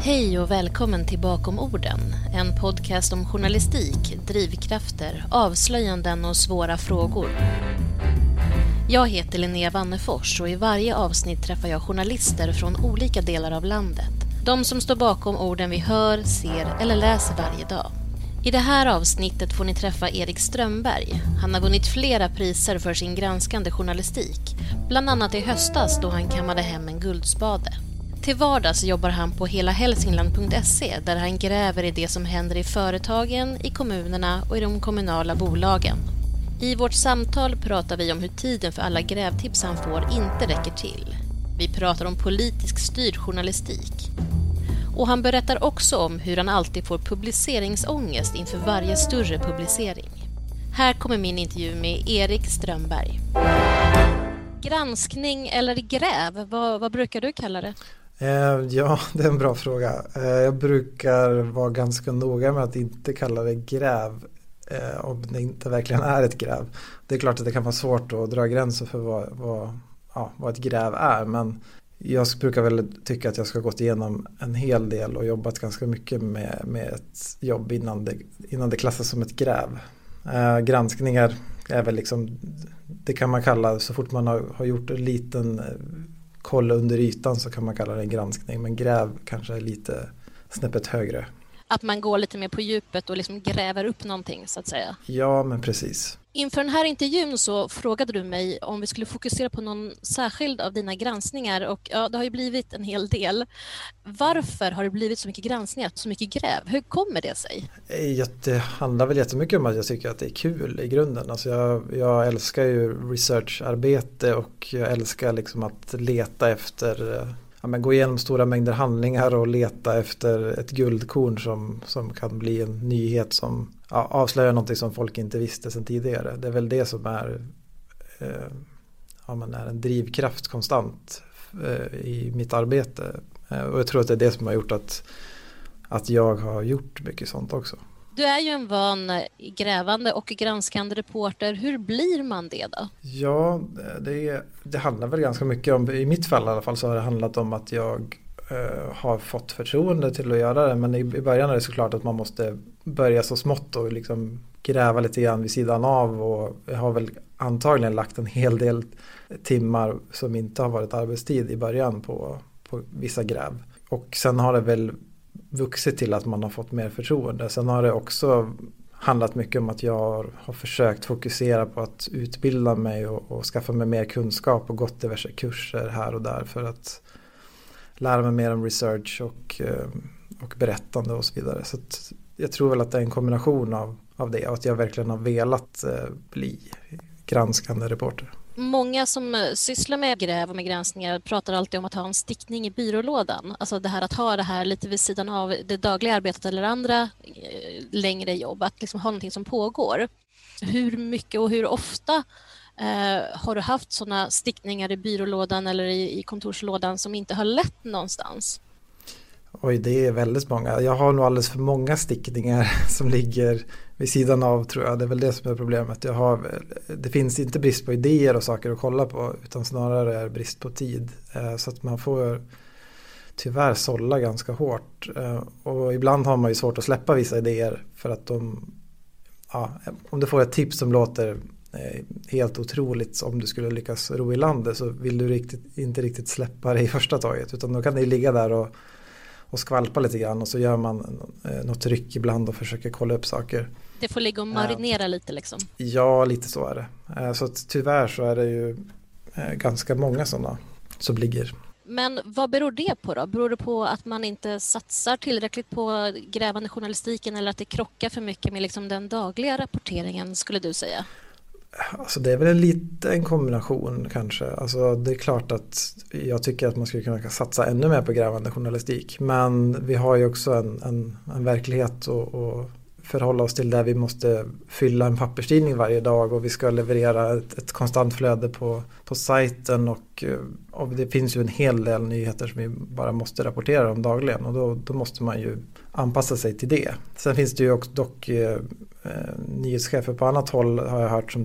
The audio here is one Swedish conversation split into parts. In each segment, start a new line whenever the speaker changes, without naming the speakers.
Hej och välkommen till Bakom orden, en podcast om journalistik, drivkrafter, avslöjanden och svåra frågor. Jag heter Linnea Wannefors och i varje avsnitt träffar jag journalister från olika delar av landet. De som står bakom orden vi hör, ser eller läser varje dag. I det här avsnittet får ni träffa Erik Strömberg. Han har vunnit flera priser för sin granskande journalistik, bland annat i höstas då han kammade hem en guldspade. Till vardags jobbar han på helahälsingland.se där han gräver i det som händer i företagen, i kommunerna och i de kommunala bolagen. I vårt samtal pratar vi om hur tiden för alla grävtips han får inte räcker till. Vi pratar om politisk styrd journalistik. Och han berättar också om hur han alltid får publiceringsångest inför varje större publicering. Här kommer min intervju med Erik Strömberg. Granskning eller gräv, vad brukar du kalla det?
Ja, det är en bra fråga. Jag brukar vara ganska noga med att inte kalla det gräv om det inte verkligen är ett gräv. Det är klart att det kan vara svårt att dra gränser för vad ett gräv är, men jag brukar väl tycka att jag ska gått igenom en hel del och jobbat ganska mycket med ett jobb innan det klassas som ett gräv. Granskningar är väl liksom, det kan man kalla, så fort man har gjort en liten koll under ytan så kan man kalla det en granskning, men gräv kanske är lite snäppet högre.
Att man går lite mer på djupet och liksom gräver upp någonting så att säga.
Ja, men precis.
Inför den här intervjun så frågade du mig om vi skulle fokusera på någon särskild av dina granskningar och ja, det har ju blivit en hel del. Varför har det blivit så mycket granskningar, så mycket gräv? Hur kommer det sig?
Det handlar väl jättemycket om att jag tycker att det är kul i grunden. Alltså jag älskar ju researcharbete och jag älskar liksom att leta efter, gå igenom stora mängder handlingar och leta efter ett guldkorn som kan bli en nyhet som avslöjar någonting som folk inte visste sedan tidigare. Det är väl det som är en drivkraft konstant i mitt arbete. Och jag tror att det är det som har gjort att jag har gjort mycket sånt också.
Du är ju en van grävande och granskande reporter. Hur blir man det då?
Ja, det handlar väl ganska mycket om, i mitt fall i alla fall så har det handlat om att jag har fått förtroende till att göra det. Men i början är det såklart att man måste börja så smått och liksom gräva lite grann vid sidan av. Och jag har väl antagligen lagt en hel del timmar som inte har varit arbetstid i början på vissa gräv. Och sen har det väl vuxit till att man har fått mer förtroende. Sen har det också handlat mycket om att jag har försökt fokusera på att utbilda mig och skaffa mig mer kunskap och gått diverse kurser här och där för att lära mig mer om research och berättande och så vidare. Så att jag tror väl att det är en kombination av det och att jag verkligen har velat bli granskande reporter.
Många som sysslar med gräv och med granskningar pratar alltid om att ha en stickning i byrålådan. Alltså det här att ha det här lite vid sidan av det dagliga arbetet eller andra längre jobb. Att liksom ha någonting som pågår. Hur mycket och hur ofta har du haft sådana stickningar i byrålådan eller i kontorslådan som inte har lett någonstans?
Oj, det är väldigt många. Jag har nog alldeles för många stickningar som ligger vid sidan av, tror jag. Det är väl det som är problemet. Det finns inte brist på idéer och saker att kolla på, utan snarare är brist på tid. Så att man får tyvärr sålla ganska hårt. Och ibland har man ju svårt att släppa vissa idéer för att om du får ett tips som låter helt otroligt om du skulle lyckas ro i landet, så vill du inte riktigt släppa det i första taget, utan då kan det ligga där och skvalpa lite grann och så gör man något ryck ibland och försöker kolla upp saker.
Det får ligga och marinera lite liksom.
Ja, lite så är det. Så att tyvärr så är det ju ganska många sådana som ligger.
Men vad beror det på då? Beror det på att man inte satsar tillräckligt på grävande journalistiken eller att det krockar för mycket med liksom den dagliga rapporteringen, skulle du säga?
Alltså det är väl en kombination kanske. Alltså det är klart att jag tycker att man skulle kunna satsa ännu mer på grävande journalistik. Men vi har ju också en verklighet och förhålla oss till där vi måste fylla en papperstidning varje dag och vi ska leverera ett konstant flöde på sajten och det finns ju en hel del nyheter som vi bara måste rapportera om dagligen och då måste man ju anpassa sig till det. Sen finns det ju också dock nyhetschefer på annat håll har jag hört som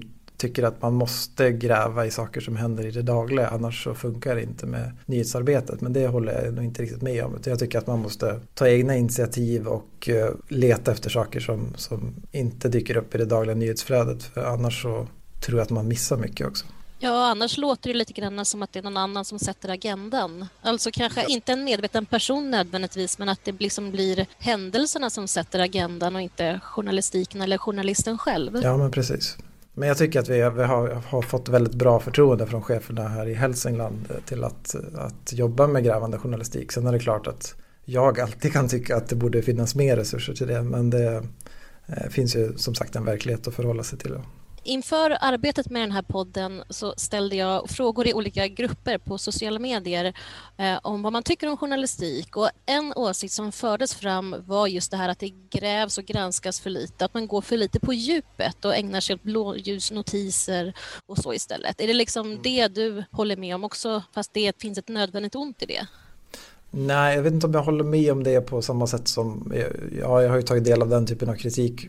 tycker att man måste gräva i saker som händer i det dagliga, annars så funkar det inte med nyhetsarbetet. Men det håller jag nog inte riktigt med om. Jag tycker att man måste ta egna initiativ och leta efter saker som inte dyker upp i det dagliga nyhetsflödet, för annars så tror jag att man missar mycket också.
Ja, annars låter det lite grann som att det är någon annan som sätter agendan. Alltså kanske inte en medveten person nödvändigtvis, men att det liksom blir händelserna som sätter agendan och inte journalistiken eller journalisten själv.
Ja, men precis. Men jag tycker att vi har fått väldigt bra förtroende från cheferna här i Hälsingland till att jobba med grävande journalistik. Sen är det klart att jag alltid kan tycka att det borde finnas mer resurser till det, men det finns ju som sagt en verklighet att förhålla sig till.
Inför arbetet med den här podden så ställde jag frågor i olika grupper på sociala medier om vad man tycker om journalistik. Och en åsikt som fördes fram var just det här att det grävs och granskas för lite. Att man går för lite på djupet och ägnar sig åt blåljusnotiser och så istället. Är det liksom det du håller med om också, fast det finns ett nödvändigt ont i det?
Nej, jag vet inte om jag håller med om det på samma sätt som jag har ju tagit del av den typen av kritik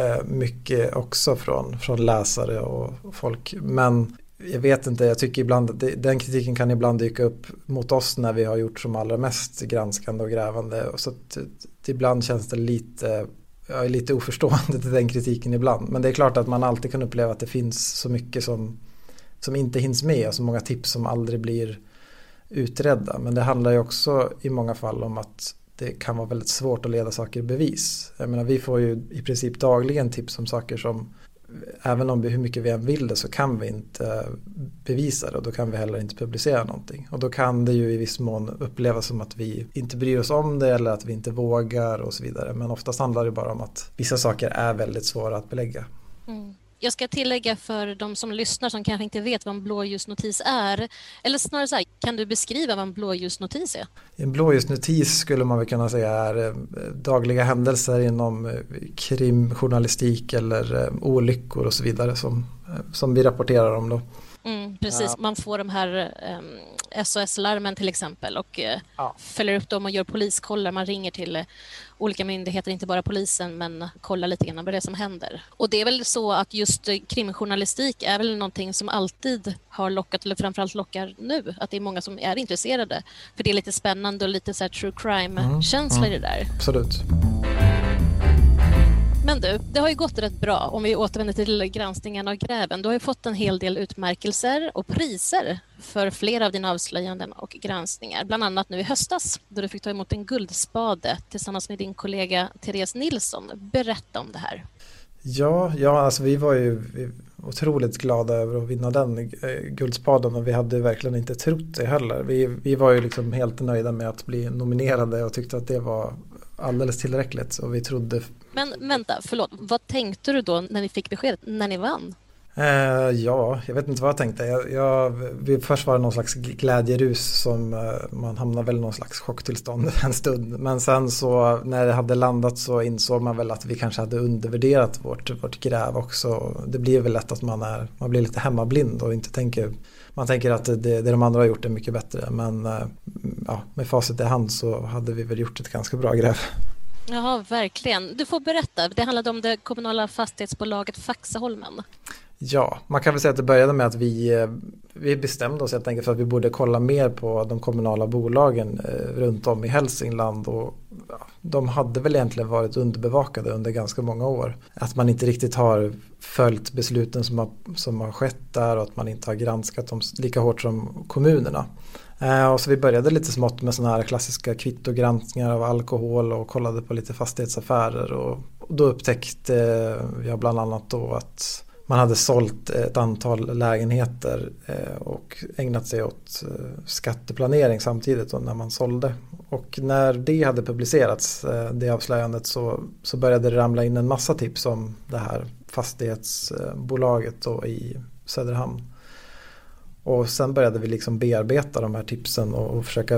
mycket också från läsare och folk, men jag vet inte, jag tycker ibland den kritiken kan ibland dyka upp mot oss när vi har gjort som allra mest granskande och grävande, och så att ibland känns det jag är lite oförstående till den kritiken ibland, men det är klart att man alltid kan uppleva att det finns så mycket som inte hinns med och så många tips som aldrig blir utredda. Men det handlar ju också i många fall om att det kan vara väldigt svårt att leda saker i bevis. Jag menar, vi får ju i princip dagligen tips om saker som, även om hur mycket vi än vill det, så kan vi inte bevisa det, och då kan vi heller inte publicera någonting. Och då kan det ju i viss mån upplevas som att vi inte bryr oss om det eller att vi inte vågar och så vidare. Men oftast handlar det bara om att vissa saker är väldigt svåra att belägga.
Mm. Jag ska tillägga för de som lyssnar som kanske inte vet vad en blåljusnotis är. Eller snarare så här, kan du beskriva vad en blåljusnotis är? En
blåljusnotis skulle man väl kunna säga är dagliga händelser inom krimjournalistik eller olyckor och så vidare som vi rapporterar om då.
Precis, ja. Man får de här SOS-larmen till exempel och följer upp dem och gör poliskollar. Man ringer till olika myndigheter, inte bara polisen, men kollar lite grann vad det är som händer. Och det är väl så att just krimjournalistik är väl någonting som alltid har lockat, eller framförallt lockar nu. Att det är många som är intresserade. För det är lite spännande och lite så här true crime-känsla i det där.
Absolut.
Men du, det har ju gått rätt bra om vi återvänder till granskningen av gräven. Du har ju fått en hel del utmärkelser och priser för flera av dina avslöjanden och granskningar. Bland annat nu i höstas då du fick ta emot en guldspade tillsammans med din kollega Therese Nilsson. Berätta om det här. Ja,
alltså vi var ju otroligt glada över att vinna den guldspaden, och vi hade verkligen inte trott det heller. Vi var ju liksom helt nöjda med att bli nominerade och tyckte att det var alldeles tillräckligt, och vi trodde.
Men vänta, förlåt. Vad tänkte du då när ni fick beskedet, när ni vann?
Ja, jag vet inte vad jag tänkte. Först var det någon slags glädjerus som man hamnar väl i någon slags chocktillstånd en stund. Men sen så när det hade landat så insåg man väl att vi kanske hade undervärderat vårt gräv också. Det blir väl lätt att man blir lite hemmablind och inte man tänker att det de andra har gjort är mycket bättre. Men med facit i hand så hade vi väl gjort ett ganska bra gräv.
Ja, verkligen. Du får berätta. Det handlade om det kommunala fastighetsbolaget Faxaholmen.
Ja, man kan väl säga att det började med att vi bestämde oss helt enkelt för att vi borde kolla mer på de kommunala bolagen runt om i Hälsingland, och de hade väl egentligen varit underbevakade under ganska många år. Att man inte riktigt har följt besluten som har skett där, och att man inte har granskat dem lika hårt som kommunerna. Och så vi började lite smått med såna här klassiska kvittogranskningar av alkohol och kollade på lite fastighetsaffärer, och då upptäckte jag bland annat då att man hade sålt ett antal lägenheter och ägnat sig åt skatteplanering samtidigt då när man sålde. Och när det hade publicerats, det avslöjandet, så började det ramla in en massa tips om det här fastighetsbolaget då i Söderhamn. Och sen började vi liksom bearbeta de här tipsen och försöka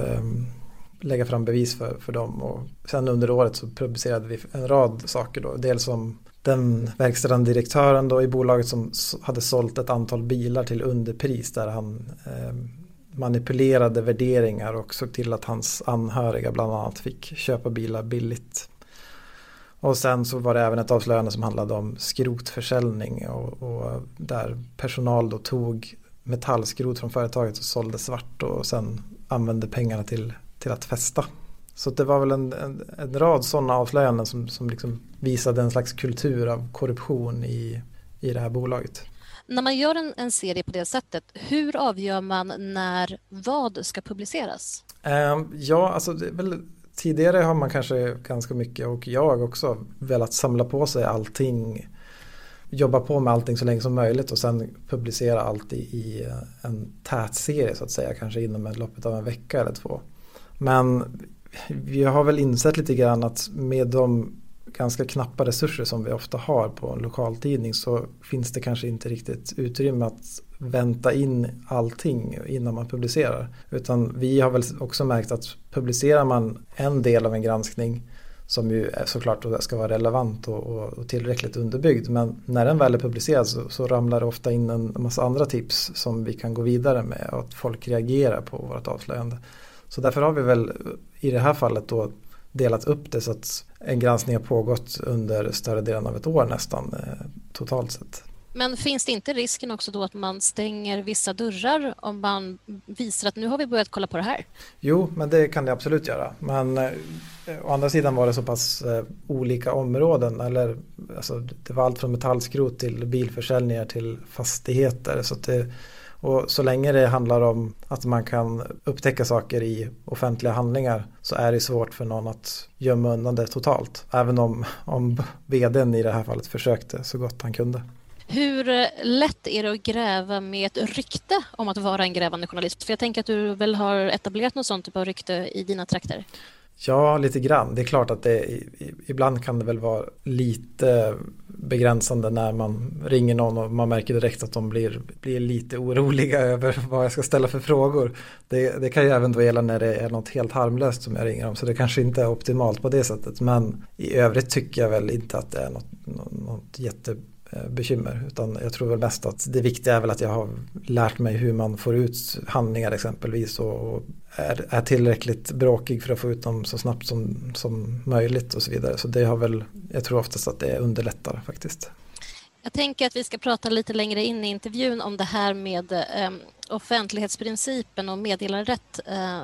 lägga fram bevis för dem. Och sen under året så publicerade vi en rad saker då. Dels om den verkställande direktören då i bolaget som hade sålt ett antal bilar till underpris, där han manipulerade värderingar och såg till att hans anhöriga bland annat fick köpa bilar billigt. Och sen så var det även ett avslöjande som handlade om skrotförsäljning och där personal då tog metallskrot från företaget och sålde svart och sen använde pengarna till att festa. Så det var väl en rad sådana avslöjanden som liksom visade en slags kultur av korruption i det här bolaget.
När man gör en serie på det sättet, hur avgör man när vad ska publiceras?
Ja, alltså det är väl, tidigare har man kanske ganska mycket, och jag också, velat samla på sig allting, jobba på med allting så länge som möjligt och sen publicera allt i en tät serie så att säga, kanske inom loppet av en vecka eller 2. Men vi har väl insett lite grann att med de ganska knappa resurser som vi ofta har på en lokaltidning så finns det kanske inte riktigt utrymme att vänta in allting innan man publicerar. Utan vi har väl också märkt att publicerar man en del av en granskning som ju såklart ska vara relevant och tillräckligt underbyggd, men när den väl är publicerad så ramlar det ofta in en massa andra tips som vi kan gå vidare med och att folk reagerar på vårt avslöjande. Så därför har vi väl i det här fallet då delat upp det så att en granskning har pågått under större delen av ett år nästan totalt sett.
Men finns det inte risken också då att man stänger vissa dörrar om man visar att nu har vi börjat kolla på det här?
Jo, men det kan det absolut göra. Men å andra sidan var det så pass olika områden. Eller, alltså, det var allt från metallskrot till bilförsäljningar till fastigheter. Och så länge det handlar om att man kan upptäcka saker i offentliga handlingar så är det svårt för någon att gömma undan det totalt. Även om vdn i det här fallet försökte så gott han kunde.
Hur lätt är det att gräva med ett rykte om att vara en grävande journalist? För jag tänker att du väl har etablerat något sånt typ av rykte i dina trakter?
Ja, lite grann. Det är klart att ibland kan det väl vara lite begränsande när man ringer någon och man märker direkt att de blir lite oroliga över vad jag ska ställa för frågor. Det kan ju även då gälla när det är något helt harmlöst som jag ringer om, så det kanske inte är optimalt på det sättet. Men i övrigt tycker jag väl inte att det är något jättebekymmer, utan jag tror väl mest att det viktiga är väl att jag har lärt mig hur man får ut handlingar exempelvis och är tillräckligt bråkig för att få ut dem så snabbt som möjligt och så vidare. Så det har väl, jag tror oftast att det underlättar faktiskt.
Jag tänker att vi ska prata lite längre in i intervjun om det här med offentlighetsprincipen och meddelarrätt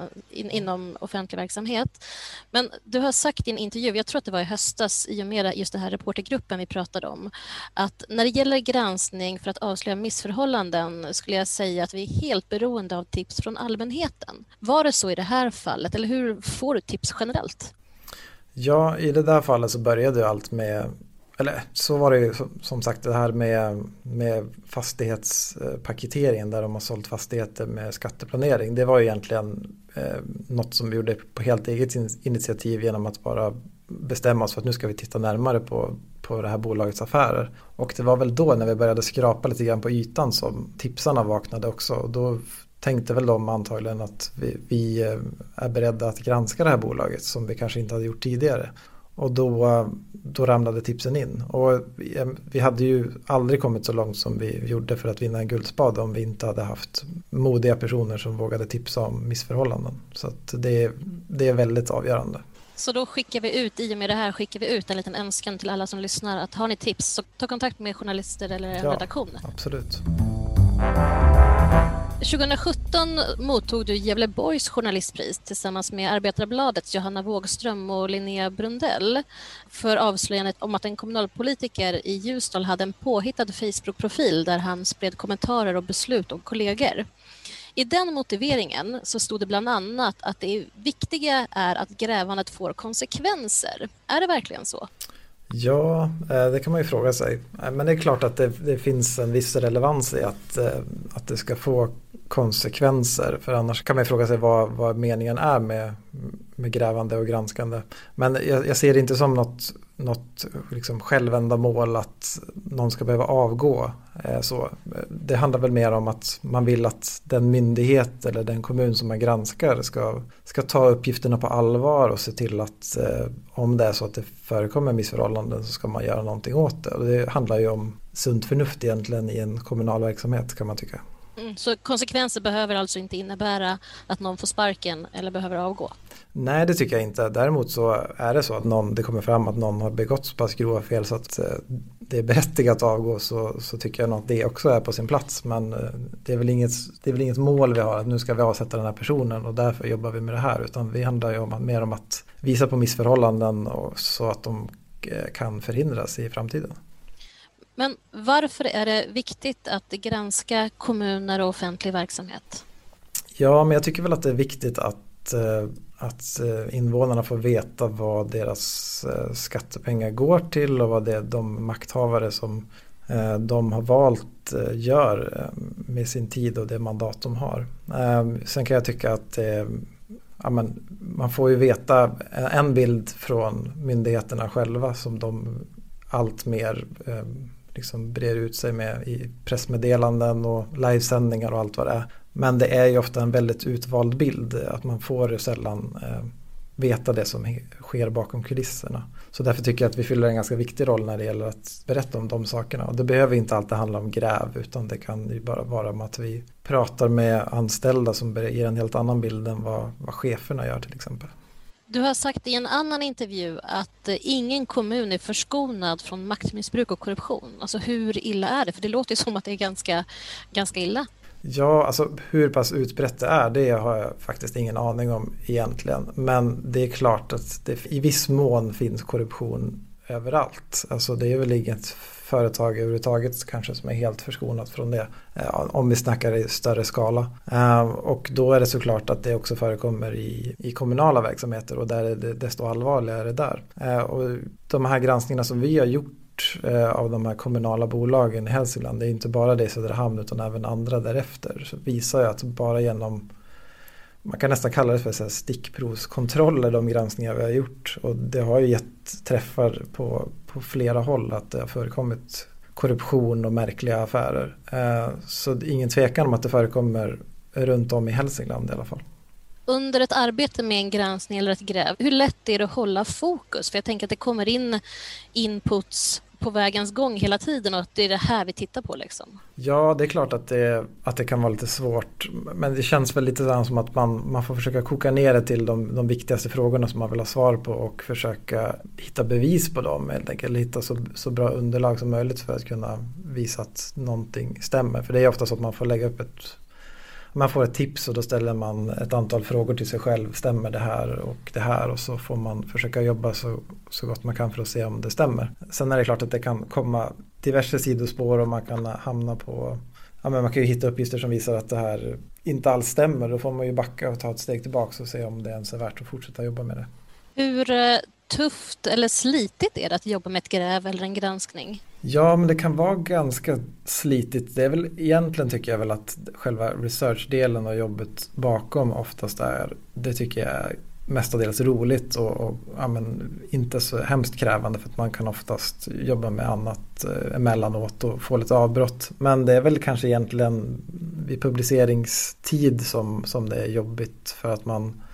inom offentlig verksamhet. Men du har sagt i en intervju, jag tror att det var i höstas i och med just den här reportergruppen vi pratade om, att när det gäller granskning för att avslöja missförhållanden skulle jag säga att vi är helt beroende av tips från allmänheten. Var det så i det här fallet, eller hur får du tips generellt?
Ja, i det där fallet så började allt med, eller så var det ju som sagt det här med fastighetspaketeringen där de har sålt fastigheter med skatteplanering. Det var ju egentligen något som vi gjorde på helt eget initiativ genom att bara bestämma oss för att nu ska vi titta närmare på det här bolagets affärer. Och det var väl då när vi började skrapa lite grann på ytan som tipsarna vaknade också. Och då tänkte väl de antagligen att vi är beredda att granska det här bolaget som vi kanske inte hade gjort tidigare. Och då ramlade tipsen in. Och vi hade ju aldrig kommit så långt som vi gjorde för att vinna en guldspad om vi inte hade haft modiga personer som vågade tipsa om missförhållanden. Så att det är väldigt avgörande.
Så då i och med det här skickar vi ut en liten önskan till alla som lyssnar att har ni tips så ta kontakt med journalister eller en redaktion.
Absolut.
2017 mottog du Gävleborgs journalistpris tillsammans med Arbetarbladets Johanna Wågström och Linnea Brundell för avslöjandet om att en kommunalpolitiker i Ljusdal hade en påhittad Facebook-profil där han spred kommentarer och beslut om kollegor. I den motiveringen så stod det bland annat att det viktiga är att grävandet får konsekvenser. Är det verkligen så?
Ja, det kan man ju fråga sig. Men det är klart att det finns en viss relevans i att det ska få konsekvenser. För annars kan man ju fråga sig vad meningen är med grävande och granskande. Men jag ser det inte som något liksom självändamål att någon ska behöva avgå. Så det handlar väl mer om att man vill att den myndighet eller den kommun som man granskar ska ta uppgifterna på allvar och se till att om det är så att det förekommer missförhållanden så ska man göra någonting åt det. Och det handlar ju om sunt förnuft egentligen i en kommunal verksamhet kan man tycka.
Så konsekvenser behöver alltså inte innebära att någon får sparken eller behöver avgå?
Nej, det tycker jag inte. Däremot så är det så att det kommer fram att någon har begått så pass grova fel så att det är berättigat att avgå, så tycker jag nog att det också är på sin plats. Men det är väl inget mål vi har att nu ska vi avsätta den här personen och därför jobbar vi med det här. Utan vi handlar ju mer om att visa på missförhållanden så att de kan förhindras i framtiden.
Men varför är det viktigt att granska kommuner och offentlig verksamhet?
Ja, men jag tycker väl att det är viktigt att invånarna får veta vad deras skattepengar går till och vad de makthavare som de har valt gör med sin tid och det mandat de har. Sen kan jag tycka att man får ju veta en bild från myndigheterna själva som de allt mer liksom brer ut sig med i pressmeddelanden och livesändningar och allt vad det är. Men det är ju ofta en väldigt utvald bild, att man får sällan veta det som sker bakom kulisserna. Så därför tycker jag att vi fyller en ganska viktig roll när det gäller att berätta om de sakerna. Och det behöver inte alltid handla om gräv, utan det kan ju bara vara om att vi pratar med anställda som ger en helt annan bild än vad cheferna gör till exempel.
Du har sagt i en annan intervju att ingen kommun är förskonad från maktmissbruk och korruption. Alltså hur illa är det? För det låter ju som att det är ganska illa.
Ja, alltså hur pass utbrett det har jag faktiskt ingen aning om egentligen. Men det är klart att det i viss mån finns korruption överallt. Alltså det är väl inget företag överhuvudtaget kanske som är helt förskonat från det. Om vi snackar i större skala. Och då är det såklart att det också förekommer i kommunala verksamheter och där är det desto allvarligare där. Och de här granskningarna som vi har gjort av de här kommunala bolagen i Hälsingland, det är inte bara det i Söderhamn utan även andra därefter, så visar jag att bara genom, man kan nästan kalla det för så här stickprovskontroller, de granskningar vi har gjort, och det har ju gett träffar på flera håll att det har förekommit korruption och märkliga affärer. Så det är ingen tvekan om att det förekommer runt om i Hälsingland i alla fall.
Under ett arbete med en granskning eller ett gräv, hur lätt är det att hålla fokus? För jag tänker att det kommer in inputs på vägens gång hela tiden och att det är det här vi tittar på liksom.
Ja, det är klart att det kan vara lite svårt, men det känns väl lite som att man får försöka koka ner det till de viktigaste frågorna som man vill ha svar på och försöka hitta bevis på dem, helt enkelt hitta så bra underlag som möjligt för att kunna visa att någonting stämmer. För det är ofta så att man får lägga upp man får ett tips och då ställer man ett antal frågor till sig själv. Stämmer det här och det här? Och så får man försöka jobba så gott man kan för att se om det stämmer. Sen är det klart att det kan komma diverse sidospår och man kan hamna på... Ja, men man kan ju hitta uppgifter som visar att det här inte alls stämmer. Då får man ju backa och ta ett steg tillbaka och se om det ens är värt att fortsätta jobba med det.
Hur tufft eller slitigt är det att jobba med ett gräv eller en granskning?
Ja, men det kan vara ganska slitigt. Det är väl egentligen, tycker jag väl, att själva researchdelen och jobbet bakom oftast det tycker jag är mestadels roligt och ja, men inte så hemskt krävande, för att man kan oftast jobba med annat emellanåt och få lite avbrott. Men det är väl kanske egentligen vid publiceringstid som det är jobbigt, för att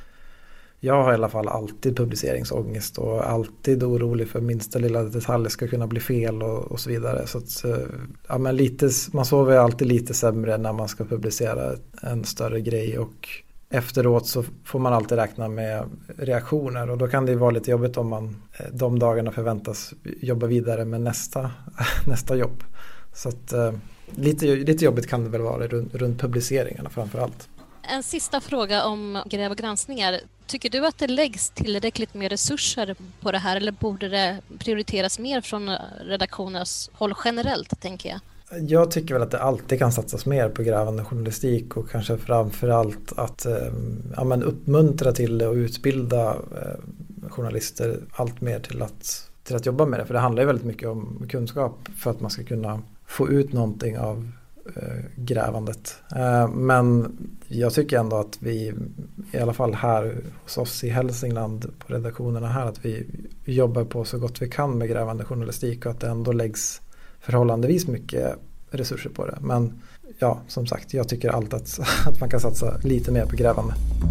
jag har i alla fall alltid publiceringsångest och alltid orolig för minsta lilla detalj ska kunna bli fel och så vidare. Så att, ja, men man sover alltid lite sämre när man ska publicera en större grej, och efteråt så får man alltid räkna med reaktioner, och då kan det vara lite jobbigt om man de dagarna förväntas jobba vidare med nästa jobb. Så att lite jobbigt kan det väl vara runt publiceringarna framför allt.
En sista fråga om gräv och granskningar. Tycker du att det läggs tillräckligt med resurser på det här, eller borde det prioriteras mer från redaktionens håll generellt, tänker jag?
Jag tycker väl att det alltid kan satsas mer på grävande journalistik, och kanske framförallt att uppmuntra till det och utbilda journalister allt mer till att jobba med det. För det handlar ju väldigt mycket om kunskap för att man ska kunna få ut någonting av grävandet. Men jag tycker ändå att vi, i alla fall här hos oss i Hälsingland på redaktionerna här, att vi jobbar på så gott vi kan med grävande journalistik, och att det ändå läggs förhållandevis mycket resurser på det. Men ja, som sagt, jag tycker alltid att man kan satsa lite mer på grävande.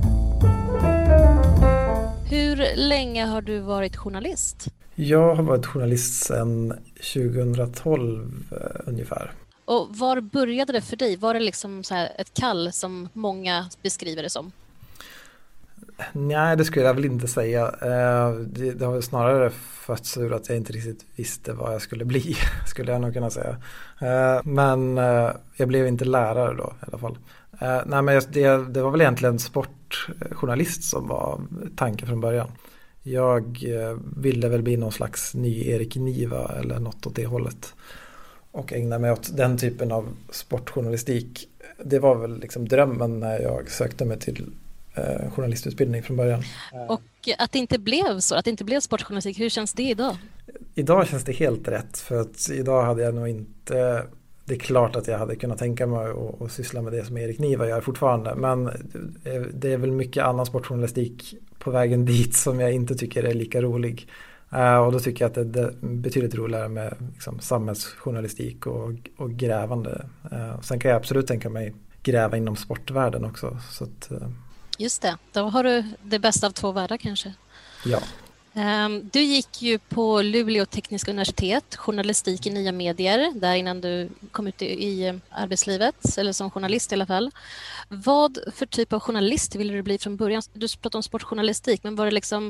Hur länge har du varit journalist?
Jag har varit journalist sedan 2012 ungefär.
Och var började det för dig? Var det liksom så här ett kall som många beskriver det som?
Nej, det skulle jag väl inte säga. Det har snarare fötts ur att jag inte riktigt visste vad jag skulle bli, skulle jag nog kunna säga. Men jag blev inte lärare då i alla fall. Nej, men det var väl egentligen sportjournalist som var tanken från början. Jag ville väl bli någon slags ny Erik Niva eller något åt det hållet. Och ägna mig åt den typen av sportjournalistik. Det var väl liksom drömmen när jag sökte mig till journalistutbildning från början.
Och att det inte blev så, att det inte blev sportjournalistik, hur känns det idag?
Idag känns det helt rätt, för att idag hade jag nog inte, det är klart att jag hade kunnat tänka mig att syssla med det som Erik Niva gör fortfarande, men det är väl mycket annan sportjournalistik på vägen dit som jag inte tycker är lika rolig. Och då tycker jag att det är betydligt roligare med liksom samhällsjournalistik och grävande. Sen kan jag absolut tänka mig gräva inom sportvärlden också. Så att,
just det, då har du det bästa av två världar kanske.
Ja.
Du gick ju på Luleå tekniska universitet, journalistik i nya medier, där innan du kom ut i arbetslivet, eller som journalist i alla fall. Vad för typ av journalist ville du bli från början? Du pratade om sportjournalistik, men var det liksom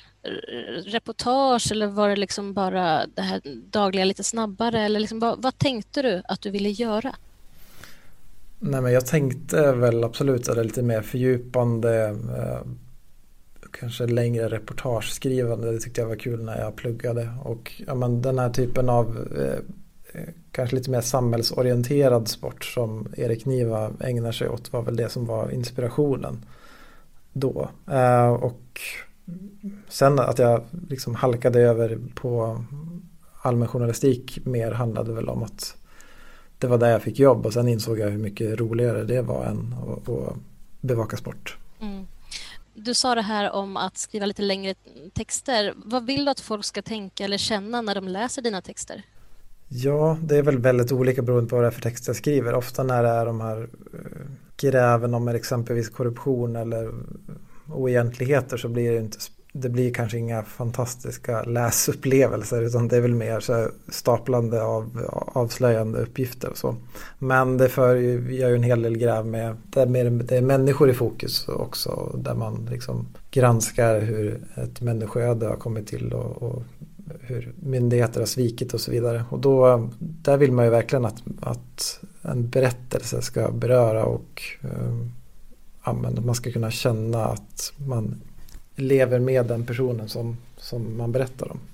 reportage eller var det liksom bara det här dagliga lite snabbare? Eller liksom, vad tänkte du att du ville göra?
Nej, men jag tänkte väl absolut att det är lite mer fördjupande, kanske längre reportageskrivande. Det tyckte jag var kul när jag pluggade. Och ja, men den här typen av kanske lite mer samhällsorienterad sport som Erik Niva ägnar sig åt var väl det som var inspirationen då. Och sen att jag liksom halkade över på allmän journalistik mer handlade väl om att det var där jag fick jobb, och sen insåg jag hur mycket roligare det var än att bevaka sport.
Mm. Du sa det här om att skriva lite längre texter. Vad vill du att folk ska tänka eller känna när de läser dina texter?
Ja, det är väl väldigt olika beroende på vad det är för texter jag skriver. Ofta när det är de här gräven om exempelvis korruption eller oegentligheter så blir det blir kanske inga fantastiska läsupplevelser, utan det är väl mer så staplande av avslöjande uppgifter och så. Men det gör ju en hel del gräv med det är människor i fokus också, där man liksom granskar hur ett människoöde har kommit till och hur myndigheter har svikit och så vidare. Och där vill man ju verkligen att en berättelse ska beröra och att man ska kunna känna att man lever med den personen som man berättar om.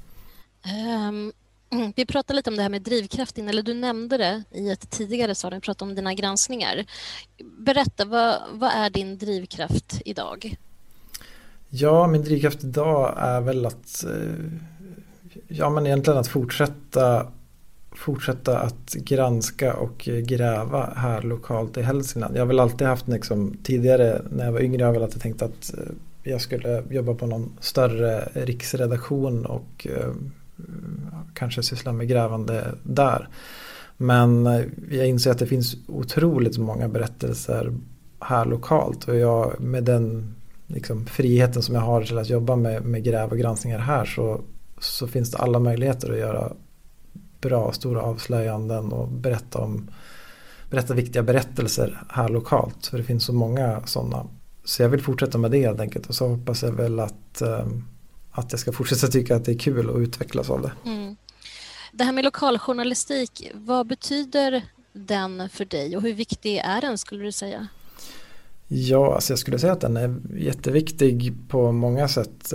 Vi pratade lite om det här med drivkraften, eller du nämnde det i ett tidigare svar när vi pratade om dina granskningar. Berätta, vad är din drivkraft idag?
Ja, min drivkraft idag är väl att egentligen att fortsätta att granska och gräva här lokalt i Hälsingland. Jag har väl alltid haft tidigare när jag var yngre, jag har väl alltid tänkt att jag skulle jobba på någon större riksredaktion och kanske syssla med grävande där. Men jag inser att det finns otroligt många berättelser här lokalt, och jag med den friheten som jag har till att jobba med gräv och granskningar här så finns det alla möjligheter att göra bra, stora avslöjanden och berätta viktiga berättelser här lokalt, för det finns så många sådana. Så jag vill fortsätta med det helt enkelt, och så hoppas jag väl att jag ska fortsätta tycka att det är kul att utvecklas av det.
Mm. Det här med lokaljournalistik, vad betyder den för dig och hur viktig är den, skulle du säga?
Ja, alltså jag skulle säga att den är jätteviktig på många sätt.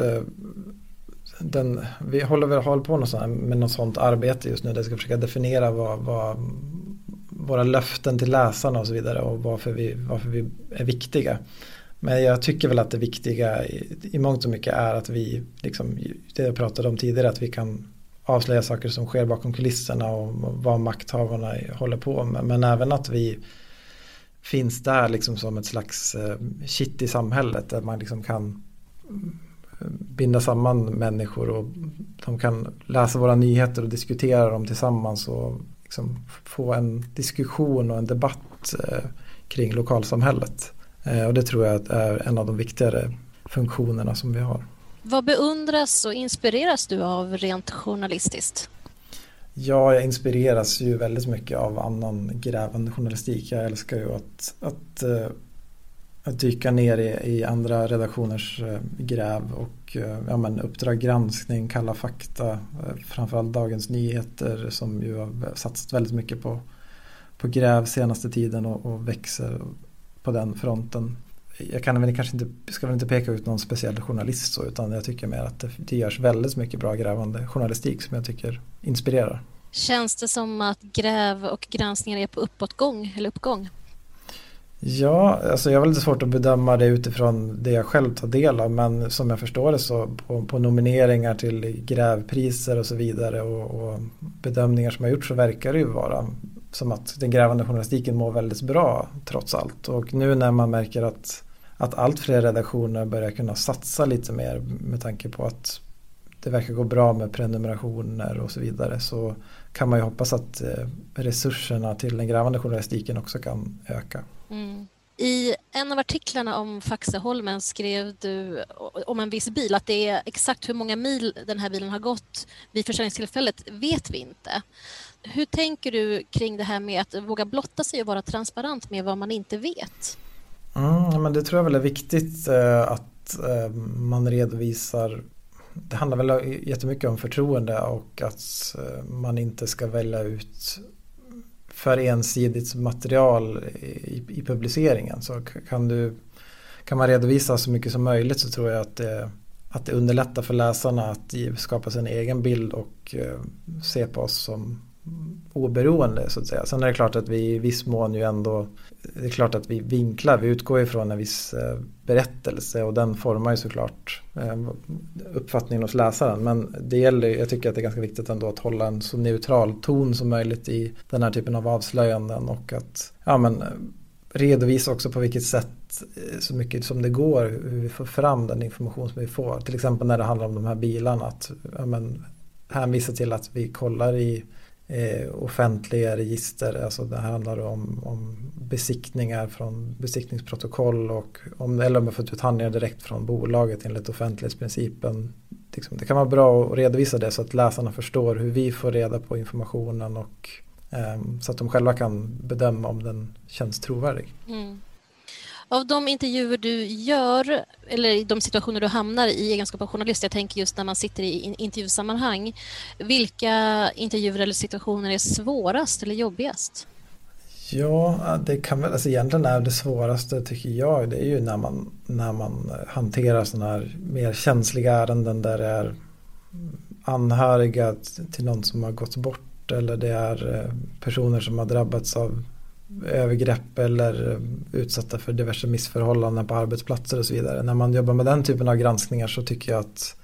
Vi håller på med något sånt arbete just nu där vi ska försöka definiera vad våra löften till läsarna och så vidare, och varför vi är viktiga. Men jag tycker väl att det viktiga i mångt och mycket är att vi, det jag pratade om tidigare, att vi kan avslöja saker som sker bakom kulisserna och vad makthavarna håller på med. Men även att vi finns där som ett slags kitt i samhället, där man kan binda samman människor och de kan läsa våra nyheter och diskutera dem tillsammans och få en diskussion och en debatt kring lokalsamhället. Och det tror jag är en av de viktigare funktionerna som vi har.
Vad beundras och inspireras du av rent journalistiskt?
Ja, jag inspireras ju väldigt mycket av annan grävande journalistik. Jag älskar ju att dyka ner i andra redaktioners gräv och Uppdrag granskning, Kalla fakta, framförallt Dagens Nyheter som ju har satsat väldigt mycket på gräv senaste tiden och växer på den fronten. Jag ska väl inte peka ut någon speciell journalist så, utan jag tycker mer att det görs väldigt mycket bra grävande journalistik som jag tycker inspirerar.
Känns det som att gräv och granskningar är på uppåtgång eller uppgång?
Ja, alltså jag har lite svårt att bedöma det utifrån det jag själv tar del av, men som jag förstår det så på nomineringar till grävpriser och så vidare och bedömningar som har gjorts så verkar det ju vara som att den grävande journalistiken mår väldigt bra trots allt. Och nu när man märker att allt fler redaktioner börjar kunna satsa lite mer med tanke på att det verkar gå bra med prenumerationer och så vidare, så kan man ju hoppas att resurserna till den grävande journalistiken också kan öka.
Mm. I en av artiklarna om Faxeholmen skrev du om en viss bil att det är exakt hur många mil den här bilen har gått vid försäljningstillfället vet vi inte. Hur tänker du kring det här med att våga blotta sig och vara transparent med vad man inte vet?
Men det tror jag väl är viktigt att man redovisar. Det handlar väl jättemycket om förtroende och att man inte ska välja ut för ensidigt material i publiceringen. Så kan man redovisa så mycket som möjligt så tror jag att det underlättar för läsarna att skapa sin egen bild och se på oss som oberoende så att säga. Sen är det klart att vi i viss mån ju ändå, det är klart att vi utgår ifrån en viss berättelse och den formar ju såklart uppfattningen hos läsaren, men jag tycker att det är ganska viktigt ändå att hålla en så neutral ton som möjligt i den här typen av avslöjanden och att redovisa också på vilket sätt så mycket som det går hur vi får fram den information som vi får. Till exempel när det handlar om de här bilarna, att hänvisa till att vi kollar i offentliga register, alltså det handlar om besiktningar från besiktningsprotokoll och eller om jag fått ut handlingar direkt från bolaget enligt offentlighetsprincipen. Det kan vara bra att redovisa det så att läsarna förstår hur vi får reda på informationen och så att de själva kan bedöma om den känns trovärdig. Mm.
Av de intervjuer du gör eller de situationer du hamnar i egenskap av journalist, jag tänker just när man sitter i intervjusammanhang, vilka intervjuer eller situationer är svårast eller jobbigast?
Ja, det kan väl, alltså egentligen är det svåraste tycker jag, det är ju när man hanterar sådana här mer känsliga ärenden där det är anhöriga till någon som har gått bort eller det är personer som har drabbats av övergrepp eller utsatta för diverse missförhållanden på arbetsplatser och så vidare. När man jobbar med den typen av granskningar så tycker jag att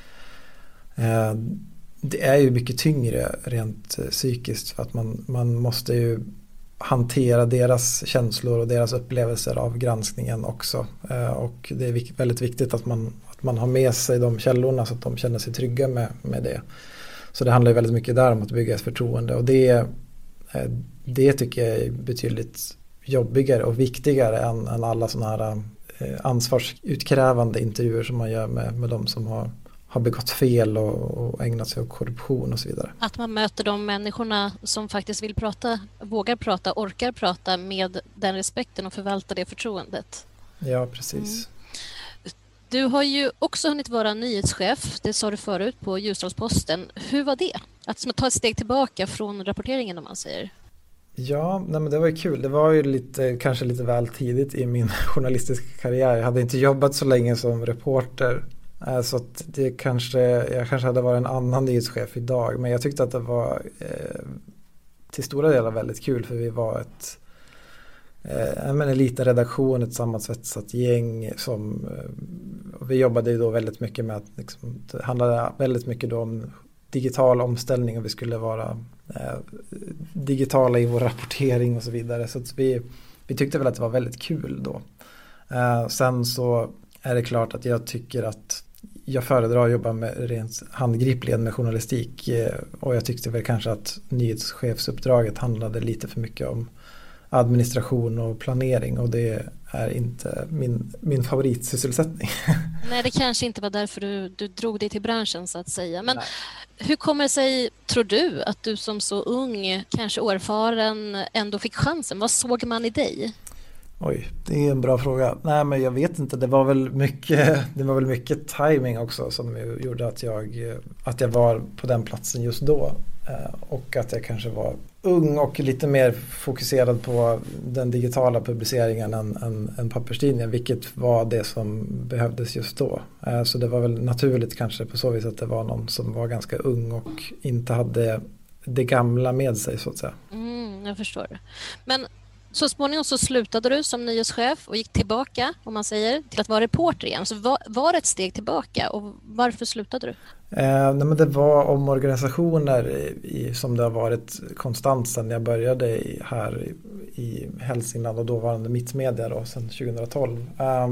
det är ju mycket tyngre rent psykiskt för att man måste ju hantera deras känslor och deras upplevelser av granskningen också. Och det är väldigt viktigt att man har med sig de källorna så att de känner sig trygga med det. Så det handlar ju väldigt mycket där om att bygga ett förtroende och det tycker jag är betydligt jobbigare och viktigare än alla sådana här ansvarsutkrävande intervjuer som man gör med de som har begått fel och ägnat sig åt korruption och så vidare.
Att man möter de människorna som faktiskt vill prata, vågar prata, orkar prata med den respekten och förvalta det förtroendet.
Ja, precis.
Mm. Du har ju också hunnit vara nyhetschef, det sa du förut, på Ljusdals-Posten. Hur var det? Att ta ett steg tillbaka från rapporteringen om man säger.
Ja, men det var ju kul. Det var ju kanske lite väl tidigt i min journalistiska karriär. Jag hade inte jobbat så länge som reporter. Så att jag kanske hade varit en annan nyhetschef idag. Men jag tyckte att det var till stora delar väldigt kul för vi var en liten redaktion, ett sammansvetsat gäng vi jobbade ju då väldigt mycket med att det handlade väldigt mycket då om digital omställning och vi skulle vara digitala i vår rapportering och så vidare. Så att vi tyckte väl att det var väldigt kul då. Sen så är det klart att jag tycker att jag föredrar att jobba med rent handgripligen med journalistik och jag tyckte väl kanske att nyhetschefsuppdraget handlade lite för mycket om administration och planering och det är inte min favoritsysselsättning.
Nej, det kanske inte var därför du drog dig till branschen så att säga. Men Hur kommer det sig, tror du, att du som så ung, kanske oerfaren, ändå fick chansen? Vad såg man i dig?
Oj, det är en bra fråga. Nej, men jag vet inte. Det var väl mycket timing också som gjorde att jag var på den platsen just då. Och att jag kanske var ung och lite mer fokuserad på den digitala publiceringen än papperstidningen, vilket var det som behövdes just då. Så det var väl naturligt kanske på så vis att det var någon som var ganska ung och inte hade det gamla med sig, så att säga.
Jag förstår. Men så småningom så slutade du som nyhetschef och gick tillbaka, om man säger, till att vara reporter igen. Så var det ett steg tillbaka, och varför slutade du?
Nej, men det var omorganisationer som det har varit konstant sedan jag började här i Hälsingland och dåvarande Mittmedia då, sedan 2012.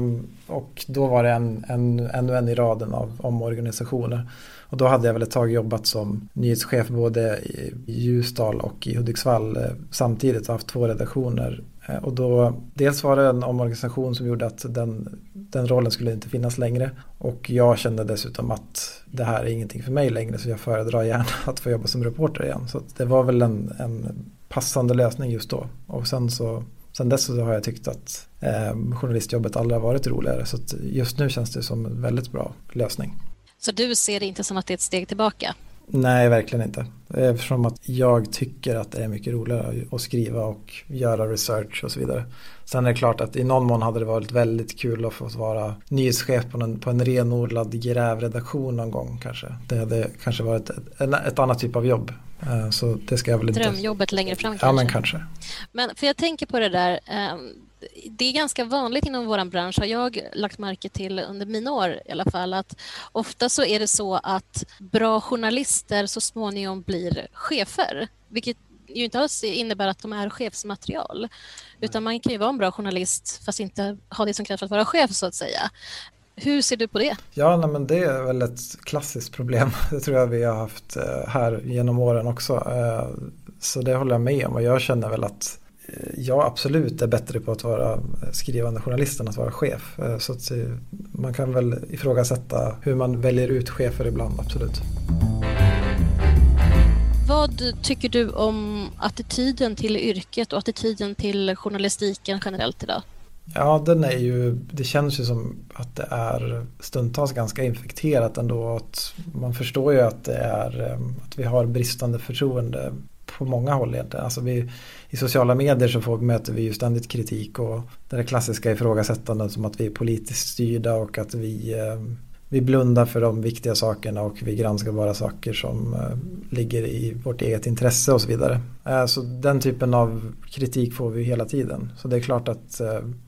Och då var det ännu en i raden av omorganisationer. Och då hade jag väl ett tag jobbat som nyhetschef både i Ljusdal och i Hudiksvall samtidigt och haft 2 redaktioner. Och då, dels var det en omorganisation som gjorde att den rollen skulle inte finnas längre. Och jag kände dessutom att det här är ingenting för mig längre, så jag föredrar gärna att få jobba som reporter igen. Så det var väl en passande lösning just då. Och sen dess så har jag tyckt att journalistjobbet aldrig har varit roligare. Så att just nu känns det som en väldigt bra lösning.
Så du ser det inte som att det är ett steg tillbaka?
Nej, verkligen inte. Eftersom att jag tycker att det är mycket roligare att skriva och göra research och så vidare. Sen är det klart att i någon mån hade det varit väldigt kul att få vara nyhetschef på en renodlad grävredaktion någon gång kanske. Det hade kanske varit ett annat typ av jobb. Så det ska jag väl inte...
Drömjobbet längre fram kanske?
Ja, men kanske.
Men för jag tänker på det där... Det är ganska vanligt inom vår bransch, har jag lagt märke till under mina år i alla fall, att ofta så är det så att bra journalister så småningom blir chefer, vilket ju inte alls innebär att de är chefsmaterial, utan man kan ju vara en bra journalist fast inte ha det som krävs för att vara chef, så att säga. Hur ser du på det?
Ja, men det är väl ett klassiskt problem. Det tror jag vi har haft här genom åren också. Så det håller jag med om, och jag känner väl att jag absolut är bättre på att vara skrivande journalist än att vara chef. Så att man kan väl ifrågasätta hur man väljer ut chefer ibland, absolut.
Vad tycker du om attityden till yrket och attityden till journalistiken generellt idag?
Ja, det känns ju som att det är stundtals ganska infekterat ändå. Att man förstår ju att att vi har bristande förtroende på många håll egentligen. Alltså i sociala medier så möter vi ju ständigt kritik, och det klassiska ifrågasättandet som att vi är politiskt styrda och att vi blundar för de viktiga sakerna och vi granskar bara saker som ligger i vårt eget intresse och så vidare. Så den typen av kritik får vi hela tiden. Så det är klart att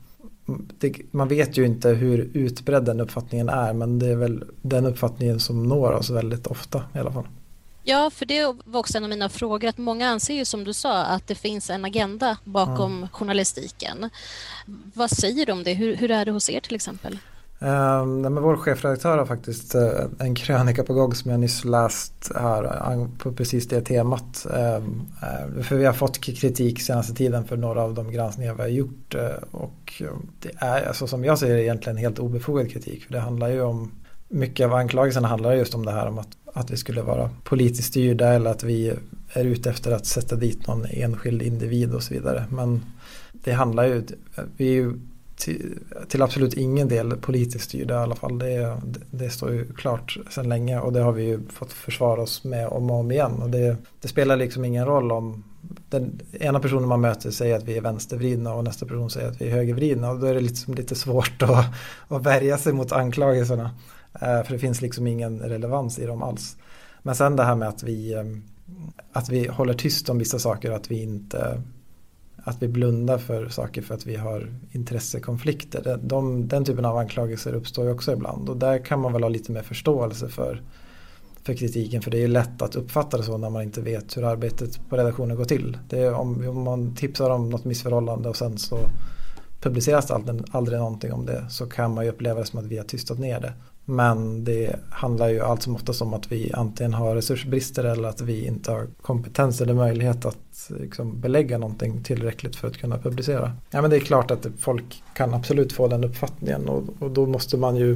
man vet ju inte hur utbredd den uppfattningen är, men det är väl den uppfattningen som når oss väldigt ofta i alla fall.
Ja, för det var också en av mina frågor, att många anser ju, som du sa, att det finns en agenda bakom journalistiken. Vad säger du om det? Hur är det hos er till exempel?
Men vår chefredaktör har faktiskt en krönika på gång som jag nyss läst här på precis det temat. För vi har fått kritik senaste tiden för några av de granskningar vi har gjort, och det är, alltså, som jag ser det, egentligen helt obefogad kritik. För det handlar ju om, mycket av anklagelserna handlar just om det här om att vi skulle vara politiskt styrda eller att vi är ute efter att sätta dit någon enskild individ och så vidare. Men det handlar ju, vi är ju till absolut ingen del politiskt styrda i alla fall. Det står ju klart sedan länge, och det har vi ju fått försvara oss med om och om igen. Och det spelar liksom ingen roll om den ena personen man möter säger att vi är vänstervridna och nästa person säger att vi är högervridna, och då är det liksom lite svårt att värja sig mot anklagelserna. För det finns liksom ingen relevans i dem alls. Men sen det här med att vi håller tyst om vissa saker, att vi blundar för saker för att vi har intressekonflikter. Den typen av anklagelser uppstår ju också ibland, och där kan man väl ha lite mer förståelse för kritiken, för det är lätt att uppfatta det så när man inte vet hur arbetet på redaktionen går till. Det är om man tipsar om något missförhållande och sen så publiceras aldrig någonting om det, så kan man ju uppleva det som att vi har tystat ner det. Men det handlar ju allt som oftast om att vi antingen har resursbrister eller att vi inte har kompetens eller möjlighet att liksom belägga någonting tillräckligt för att kunna publicera. Ja, men det är klart att folk kan absolut få den uppfattningen, och då måste man ju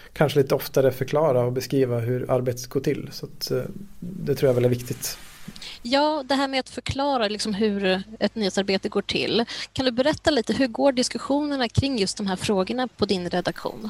kanske lite oftare förklara och beskriva hur arbetet går till. Så att, det tror jag väl är viktigt.
Ja, det här med att förklara liksom hur ett nyhetsarbete går till. Kan du berätta lite, hur går diskussionerna kring just de här frågorna på din redaktion?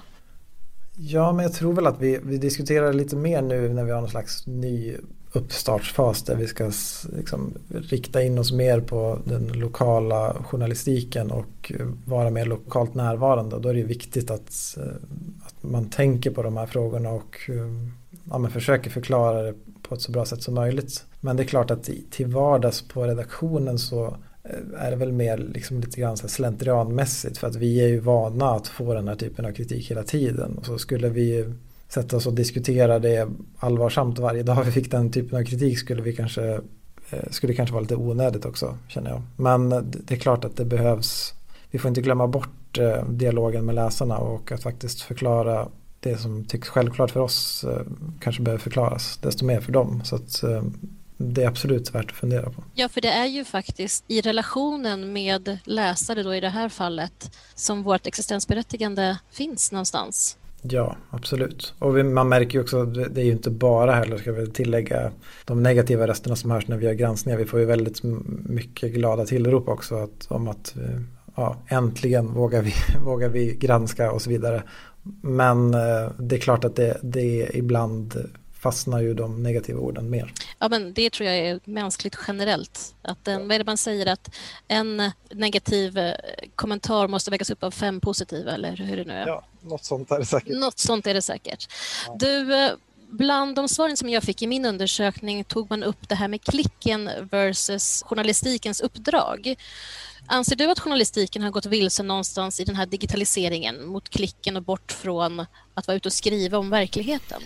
Ja, men jag tror väl att vi diskuterar lite mer nu när vi har någon slags ny uppstartsfas där vi ska liksom rikta in oss mer på den lokala journalistiken och vara mer lokalt närvarande. Då är det viktigt att man tänker på de här frågorna och man försöker förklara det på ett så bra sätt som möjligt. Men det är klart att till vardags på redaktionen så är det väl mer liksom lite grann så slentrianmässigt, för att vi är ju vana att få den här typen av kritik hela tiden. Och så skulle vi sätta oss och diskutera det allvarsamt varje dag vi fick den typen av kritik skulle kanske vara lite onödigt också, känner jag. Men det är klart att det behövs, vi får inte glömma bort dialogen med läsarna, och att faktiskt förklara det som tycks självklart för oss kanske behöver förklaras desto mer för dem. Så att det är absolut värt att fundera på.
Ja, för det är ju faktiskt i relationen med läsare då i det här fallet som vårt existensberättigande finns någonstans.
Ja, absolut. Och man märker ju också, det är ju inte bara heller, ska vi tillägga, de negativa rösterna som hörs när vi gör granskningar. Vi får ju väldigt mycket glada tillrop också om att äntligen vågar vi granska och så vidare. Men det är klart att det ibland fastnar ju de negativa orden mer. Ja,
men det tror jag är mänskligt generellt. Att vad är det man säger? Att en negativ kommentar måste vägas upp av 5 positiva, eller hur det nu är?
Ja, något sånt är det säkert.
Något sånt är det säkert. Ja. Du, bland de svaren som jag fick i min undersökning tog man upp det här med klicken versus journalistikens uppdrag. Anser du att journalistiken har gått vilse någonstans i den här digitaliseringen mot klicken och bort från att vara ute och skriva om verkligheten?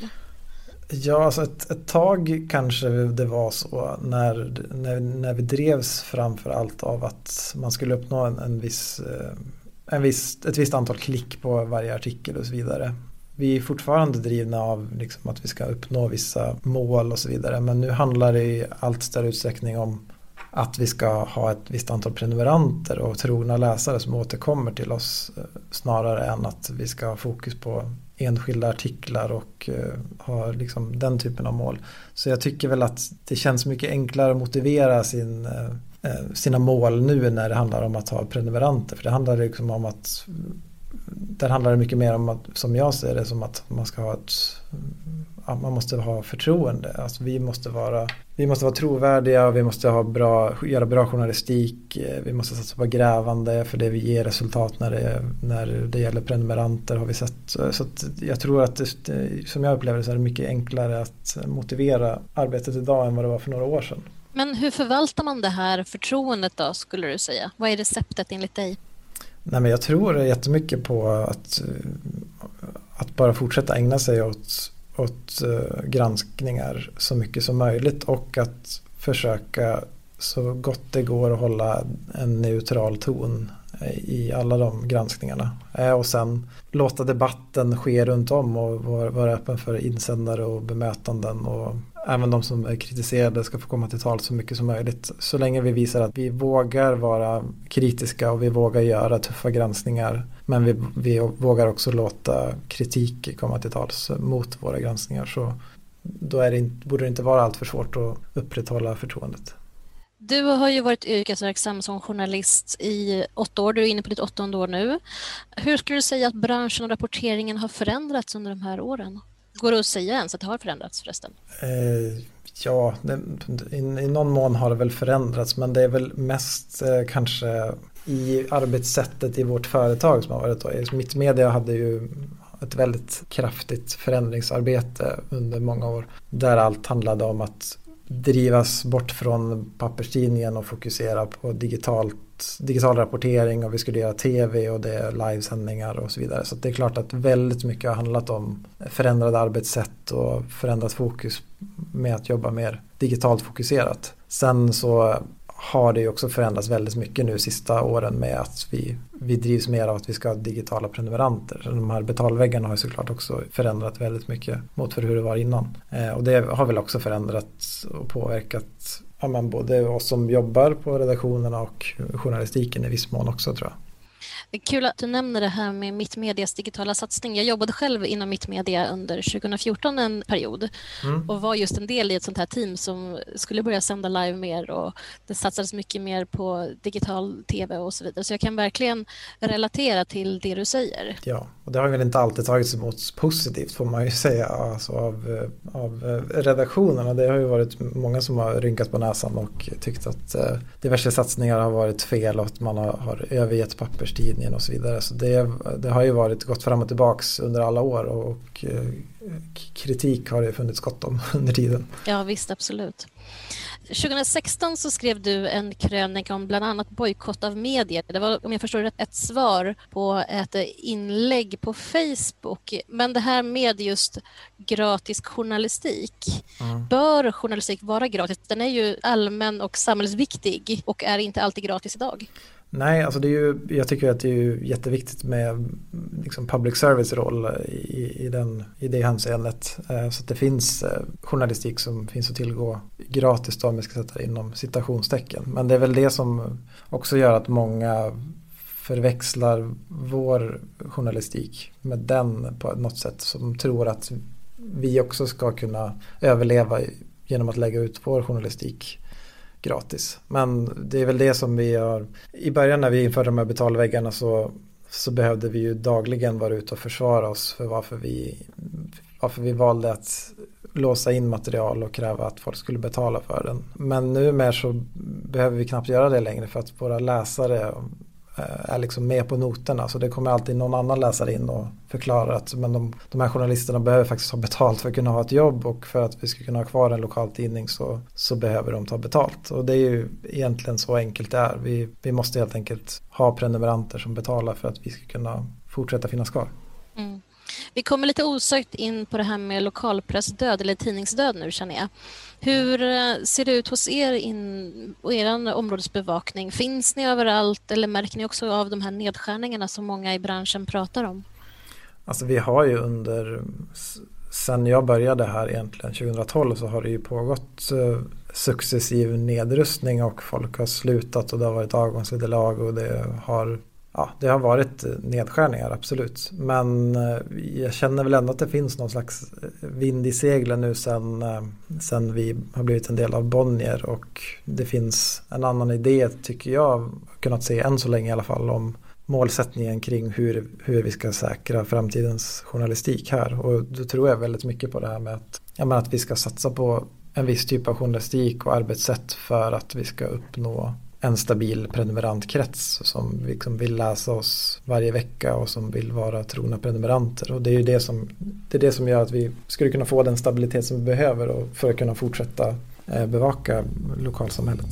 Ja, alltså ett tag kanske det var så när vi drevs framför allt av att man skulle uppnå ett visst antal klick på varje artikel och så vidare. Vi är fortfarande drivna av liksom att vi ska uppnå vissa mål och så vidare, men nu handlar det i allt större utsträckning om att vi ska ha ett visst antal prenumeranter och trogna läsare som återkommer till oss, snarare än att vi ska ha fokus på enskilda artiklar och ha liksom den typen av mål. Så jag tycker väl att det känns mycket enklare att motivera sina mål nu när det handlar om att ha prenumeranter. För det handlar liksom om att där handlar det mycket mer om att, som jag ser det, som att man ska ha man måste ha förtroende. Alltså vi måste vara trovärdiga, och vi måste göra bra journalistik, vi måste satsa på grävande, för det vi ger resultat när det gäller prenumeranter har vi sett. Så att jag tror att som jag upplever det så är det mycket enklare att motivera arbetet idag än vad det var för några år sedan.
Men hur förvaltar man det här förtroendet då, skulle du säga? Vad är receptet enligt dig?
Nej, men jag tror jättemycket på att bara fortsätta ägna sig åt granskningar så mycket som möjligt, och att försöka så gott det går att hålla en neutral ton i alla de granskningarna. Och sen låta debatten ske runt om och vara öppen för insändare och bemötanden, och även de som är kritiserade ska få komma till tal så mycket som möjligt. Så länge vi visar att vi vågar vara kritiska och vi vågar göra tuffa granskningar, men vi vågar också låta kritik komma till tals mot våra granskningar, så då borde det inte vara allt för svårt att upprätthålla förtroendet.
Du har ju varit yrkesverksam som journalist i 8 år. Du är inne på ditt 8:e år nu. Hur skulle du säga att branschen och rapporteringen har förändrats under de här åren? Går det att säga ens att det har förändrats förresten?
Ja, i någon mån har det väl förändrats, men det är väl mest kanske i arbetssättet i vårt företag som har varit då. Mittmedia hade ju ett väldigt kraftigt förändringsarbete under många år, där allt handlade om att drivas bort från papperstidningen och fokusera på digital rapportering, och vi skulle göra tv och det är livesändningar och så vidare. Så det är klart att väldigt mycket har handlat om förändrade arbetssätt och förändrat fokus med att jobba mer digitalt fokuserat. Sen så har det ju också förändrats väldigt mycket nu sista åren med att vi drivs mer av att vi ska ha digitala prenumeranter. Så de här betalväggarna har ju såklart också förändrat väldigt mycket mot för hur det var innan. Och det har väl också förändrat och påverkat både oss som jobbar på redaktionerna och journalistiken i viss mån också, tror jag.
Det är kul att du nämner det här med Mittmedias digitala satsning. Jag jobbade själv inom Mittmedia under 2014 en period och var just en del i ett sånt här team som skulle börja sända live mer, och det satsades mycket mer på digital tv och så vidare. Så jag kan verkligen relatera till det du säger.
Ja, och det har väl inte alltid tagits emot positivt, får man ju säga, alltså av redaktionerna. Det har ju varit många som har rynkat på näsan och tyckt att diverse satsningar har varit fel och att man har övergett papperstidningen och så vidare. Så det har ju gått fram och tillbaks under alla år, och kritik har det funnits gott om under tiden.
Ja, visst, absolut. 2016 så skrev du en krönika om bland annat bojkott av medier. Det var, om jag förstår rätt, ett svar på ett inlägg på Facebook. Men det här med just gratis journalistik. Bör journalistik vara gratis? Den är ju allmän och samhällsviktig och är inte alltid gratis idag.
Nej, alltså jag tycker att det är jätteviktigt med liksom public service roll i det hänseendet. Så att det finns journalistik som finns att tillgå gratis då, om vi ska sätta det inom citationstecken. Men det är väl det som också gör att många förväxlar vår journalistik med den på något sätt, som tror att vi också ska kunna överleva genom att lägga ut vår journalistik gratis. Men det är väl det som vi har, i början när vi införde de här betalväggarna så behövde vi ju dagligen vara ute och försvara oss för varför vi valde att låsa in material och kräva att folk skulle betala för den. Men nu så behöver vi knappt göra det längre, för att våra läsare är liksom med på noterna, så det kommer alltid någon annan läsare in och förklarar att men de här journalisterna behöver faktiskt ha betalt för att kunna ha ett jobb, och för att vi ska kunna ha kvar en lokal tidning så behöver de ta betalt. Och det är ju egentligen så enkelt det är. Vi måste helt enkelt ha prenumeranter som betalar för att vi ska kunna fortsätta finnas kvar.
Mm. Vi kommer lite osökt in på det här med lokalpressdöd eller tidningsdöd nu, känner jag. Hur ser det ut hos er och er områdesbevakning? Finns ni överallt, eller märker ni också av de här nedskärningarna som många i branschen pratar om?
Alltså vi har ju sen jag började här egentligen 2012 så har det ju pågått successiv nedrustning, och folk har slutat och det har varit avgångsvederlag och det har varit nedskärningar, absolut. Men jag känner väl ändå att det finns någon slags vind i seglen nu sen vi har blivit en del av Bonnier, och det finns en annan idé, tycker jag, kunnat se än så länge i alla fall, om målsättningen kring hur vi ska säkra framtidens journalistik här. Och då tror jag väldigt mycket på det här med att vi ska satsa på en viss typ av journalistik och arbetssätt för att vi ska uppnå en stabil prenumerantkrets som liksom vill läsa oss varje vecka och som vill vara trogna prenumeranter. Och det är ju det som gör att vi skulle kunna få den stabilitet som vi behöver och för att kunna fortsätta bevaka lokalsamhället.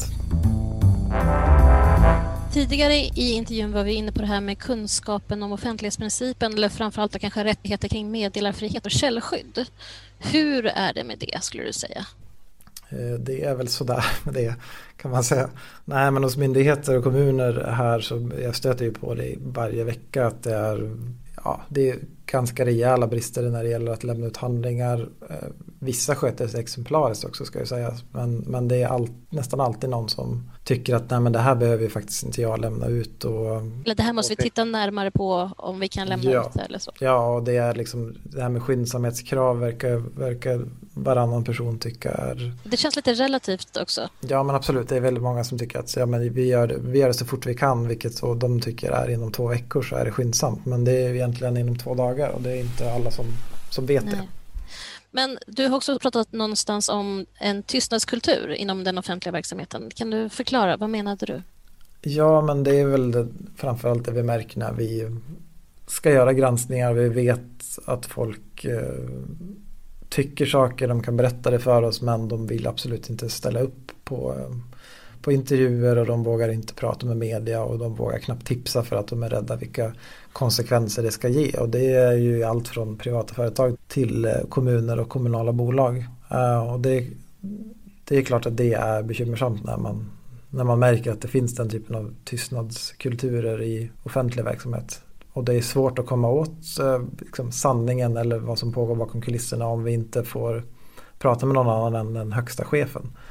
Tidigare i intervjun var vi inne på det här med kunskapen om offentlighetsprincipen, eller framförallt då kanske rättigheter kring meddelarfrihet och källskydd. Hur är det med det, skulle du säga?
Det är väl sådär med det, kan man säga. Nej, men hos myndigheter och kommuner här så jag stöter ju på det varje vecka att det är ganska rejäla brister när det gäller att lämna ut handlingar. Vissa sköter sig exemplariskt också, ska jag säga. Men det är nästan alltid någon som tycker att nej, men det här behöver vi faktiskt inte jag lämna ut. Eller
det här måste vi titta närmare på om vi kan lämna ut det eller så.
Ja, och det är liksom det här med skyndsamhetskrav verkar varannan person tycka är...
Det känns lite relativt också.
Ja, men absolut. Det är väldigt många som tycker att vi gör det så fort vi kan, vilket så de tycker är inom 2 veckor så är det skyndsamt. Men det är egentligen inom 2 dagar och det är inte alla som vet det.
Men du har också pratat någonstans om en tystnadskultur inom den offentliga verksamheten. Kan du förklara, vad menade du?
Ja, men det är väl framförallt det vi märker när vi ska göra granskningar. Vi vet att folk tycker saker, de kan berätta det för oss, men de vill absolut inte ställa upp på intervjuer och de vågar inte prata med media och de vågar knappt tipsa för att de är rädda vilka konsekvenser det ska ge. Och det är ju allt från privata företag till kommuner och kommunala bolag. Och det är klart att det är bekymmersamt när man märker att det finns den typen av tystnadskulturer i offentlig verksamhet. Och det är svårt att komma åt sanningen eller vad som pågår bakom kulisserna om vi inte får prata med någon annan än den högsta chefen.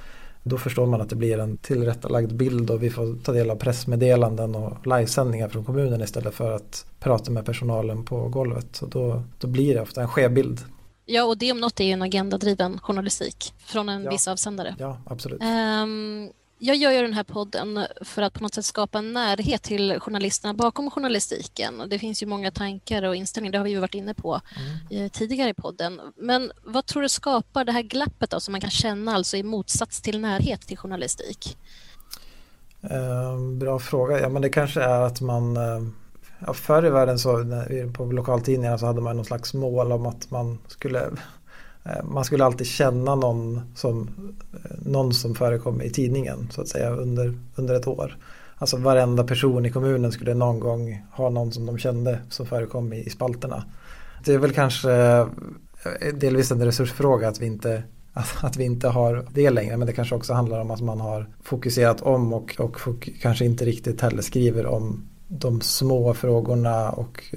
Då förstår man att det blir en tillrättalagd bild och vi får ta del av pressmeddelanden och livesändningar från kommunen istället för att prata med personalen på golvet. Så då blir det ofta en skev bild.
Ja, och det om något är ju en agendadriven journalistik från en viss avsändare.
Ja, absolut.
Jag gör ju den här podden för att på något sätt skapa en närhet till journalisterna bakom journalistiken. Det finns ju många tankar och inställningar, det har vi ju varit inne på tidigare i podden. Men vad tror du skapar det här glappet då, som man kan känna alltså i motsats till närhet till journalistik?
Bra fråga. Ja, men det kanske är att man... förr i världen så på lokaltidningarna så hade man någon slags mål om att man skulle alltid känna någon som förekom i tidningen så att säga under ett år. Alltså varenda person i kommunen skulle någon gång ha någon som de kände som förekom i spalterna. Det är väl kanske delvis en resursfråga att vi inte har det längre, men det kanske också handlar om att man har fokuserat om och kanske inte riktigt heller skriver om de små frågorna och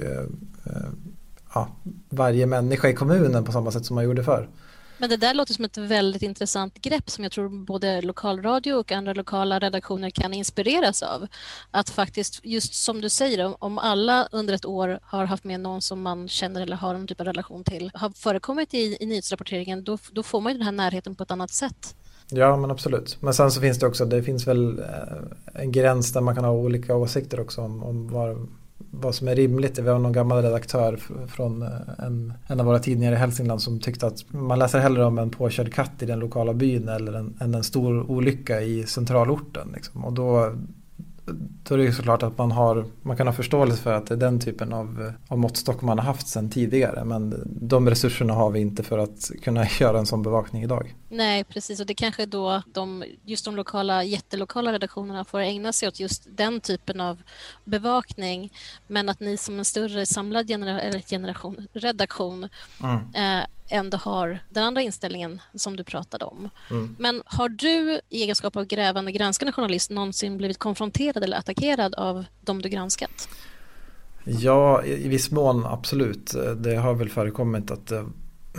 varje människa i kommunen på samma sätt som man gjorde förr.
Men det där låter som ett väldigt intressant grepp som jag tror både lokalradio och andra lokala redaktioner kan inspireras av. Att faktiskt, just som du säger, om alla under ett år har haft med någon som man känner eller har en typ av relation till, har förekommit i nyhetsrapporteringen, då får man ju den här närheten på ett annat sätt. Ja,
men absolut. Men sen så finns det finns väl en gräns där man kan ha olika åsikter också om vad som är rimligt. Vi har någon gammal redaktör från en av våra tidningar i Hälsingland som tyckte att man läser hellre om en påkörd katt i den lokala byn än en stor olycka i centralorten. Liksom. Och då är det ju såklart att man kan ha förståelse för att det är den typen av måttstock man har haft sedan tidigare. Men de resurserna har vi inte för att kunna göra en sån bevakning idag.
Nej, precis. Och det kanske då de jättelokala redaktionerna får ägna sig åt just den typen av bevakning. Men att ni som en större samlad redaktion ändå har den andra inställningen som du pratade om. Men har du i egenskap av grävande granskande journalist någonsin blivit konfronterad eller attackerad av de du granskat?
Ja, i viss mån absolut. Det har väl förekommit att det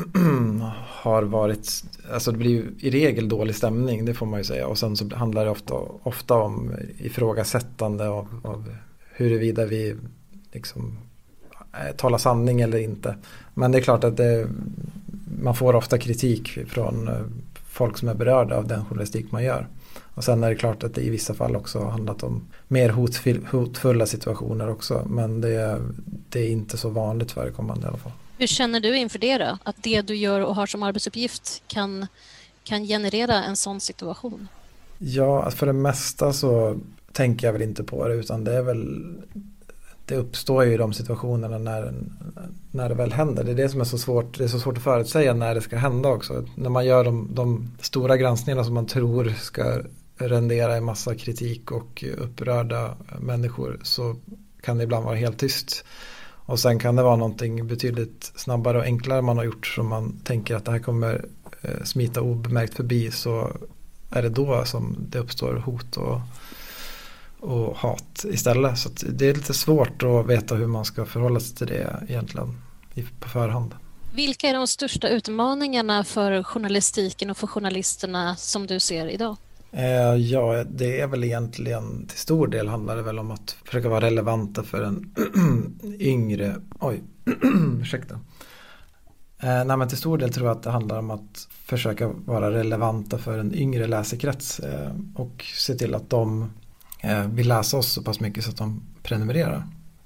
har varit, alltså det blir ju i regel dålig stämning, det får man ju säga. Och sen så handlar det ofta om ifrågasättande av huruvida vi liksom talar sanning eller inte. Men det är klart att man får ofta kritik från folk som är berörda av den journalistik man gör. Och sen är det klart att det i vissa fall också har handlat om mer hotfulla situationer också. Men det är inte så vanligt förekommande i alla fall.
Hur känner du inför det då? Att det du gör och har som arbetsuppgift kan generera en sån situation?
Ja, för det mesta så tänker jag väl inte på det, utan det uppstår ju i de situationerna när det väl händer. Det är det som är så svårt. Det är så svårt att förutsäga när det ska hända också. När man gör de stora granskningarna som man tror ska rendera en massa kritik och upprörda människor, så kan det ibland vara helt tyst. Och sen kan det vara någonting betydligt snabbare och enklare man har gjort som man tänker att det här kommer smita obemärkt förbi, så är det då som det uppstår hot och hat istället. Så det är lite svårt att veta hur man ska förhålla sig till det egentligen på förhand.
Vilka är de största utmaningarna för journalistiken och för journalisterna som du ser idag?
Ja, det är väl egentligen till stor del handlar det väl om att försöka vara relevanta för en yngre... ursäkta. Nej, men till stor del tror jag att det handlar om att försöka vara relevanta för en yngre läsekrets och se till att de vill läsa oss så pass mycket så att de prenumererar.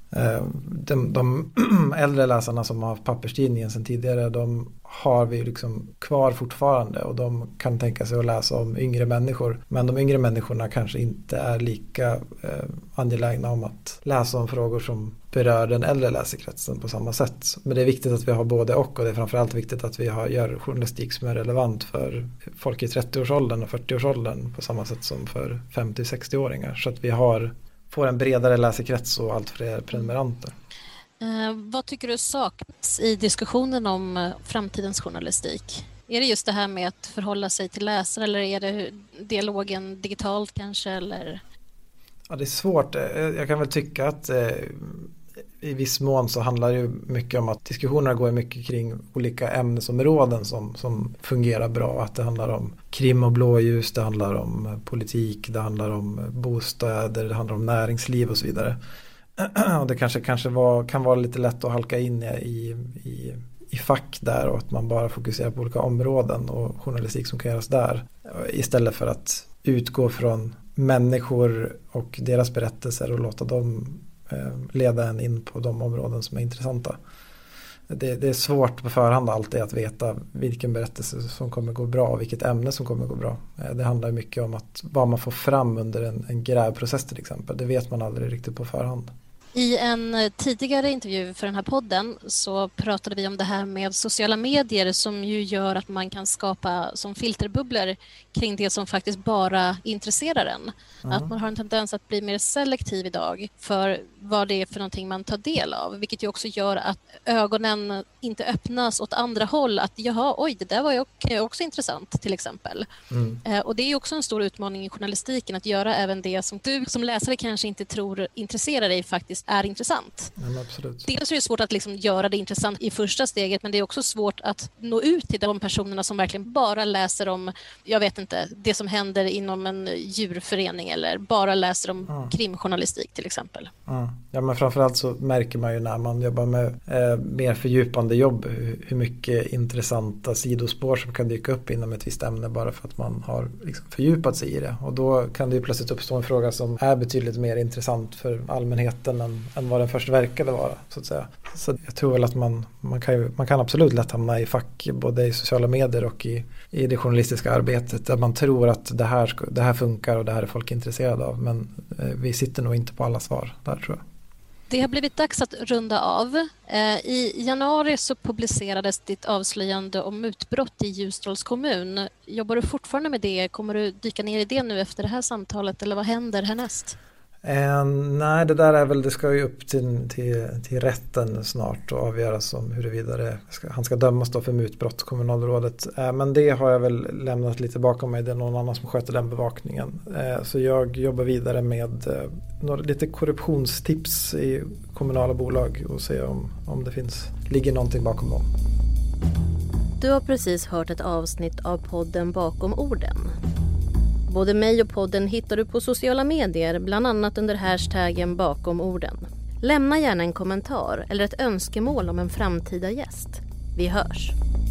De äldre läsarna som har haft papperstidningen sedan tidigare, de har vi liksom kvar fortfarande och de kan tänka sig att läsa om yngre människor. Men de yngre människorna kanske inte är lika angelägna om att läsa om frågor som berör den äldre läsekretsen på samma sätt. Men det är viktigt att vi har både och det är framförallt viktigt att vi gör journalistik som är relevant för folk i 30-årsåldern och 40-årsåldern på samma sätt som för 50-60-åringar. Så att vi får en bredare läsekrets och allt fler prenumeranter.
Vad tycker du saknas i diskussionen om framtidens journalistik? Är det just det här med att förhålla sig till läsare eller är det dialogen digitalt kanske? Eller?
Ja, det är svårt. Jag kan väl tycka att i viss mån så handlar det ju mycket om att diskussionerna går mycket kring olika ämnesområden som fungerar bra. Att det handlar om krim och blåljus, det handlar om politik, det handlar om bostäder, det handlar om näringsliv och så vidare. Och det kanske kan vara lite lätt att halka in i fack där och att man bara fokuserar på olika områden och journalistik som kan göras där. Istället för att utgå från människor och deras berättelser och låta dem leda en in på de områden som är intressanta. Det är svårt på förhand alltid att veta vilken berättelse som kommer gå bra och vilket ämne som kommer gå bra. Det handlar mycket om vad man får fram under en grävprocess till exempel. Det vet man aldrig riktigt på förhand.
I en tidigare intervju för den här podden så pratade vi om det här med sociala medier som ju gör att man kan skapa som filterbubblor kring det som faktiskt bara intresserar en. Att man har en tendens att bli mer selektiv idag för vad det är för någonting man tar del av. Vilket ju också gör att ögonen inte öppnas åt andra håll. Att det där var ju också intressant till exempel. Och det är ju också en stor utmaning i journalistiken att göra även det som du som läsare kanske inte tror intresserar dig faktiskt är intressant.
Ja, absolut.
Dels är det svårt att liksom göra det intressant i första steget, men det är också svårt att nå ut till de personerna som verkligen bara läser om, jag vet inte, det som händer inom en djurförening eller bara läser om krimjournalistik till exempel.
Ja, men framförallt så märker man ju när man jobbar med mer fördjupande jobb hur mycket intressanta sidospår som kan dyka upp inom ett visst ämne bara för att man har liksom fördjupat sig i det. Och då kan det ju plötsligt uppstå en fråga som är betydligt mer intressant för allmänheten än vad den först verkade vara, så att säga. Så jag tror väl att man kan absolut lätt hamna i fack både i sociala medier och i det journalistiska arbetet där man tror att det här funkar och det här är folk intresserade av, men vi sitter nog inte på alla svar där, tror jag.
Det har blivit dags att runda av. I januari så publicerades ditt avslöjande om mutbrott i Ljusdals kommun. Jobbar du fortfarande med det? Kommer du dyka ner i det nu efter det här samtalet eller vad händer härnäst?
Nej, det ska ju upp till rätten snart och avgöras om huruvida han ska dömas då för mutbrott, kommunalrådet. Men det har jag väl lämnat lite bakom mig. Det är någon annan som sköter den bevakningen. Så jag jobbar vidare med lite korruptionstips i kommunala bolag och se om det ligger någonting bakom dem.
Du har precis hört ett avsnitt av podden Bakom orden. Både mig och podden hittar du på sociala medier, bland annat under hashtaggen Bakom orden. Lämna gärna en kommentar eller ett önskemål om en framtida gäst. Vi hörs!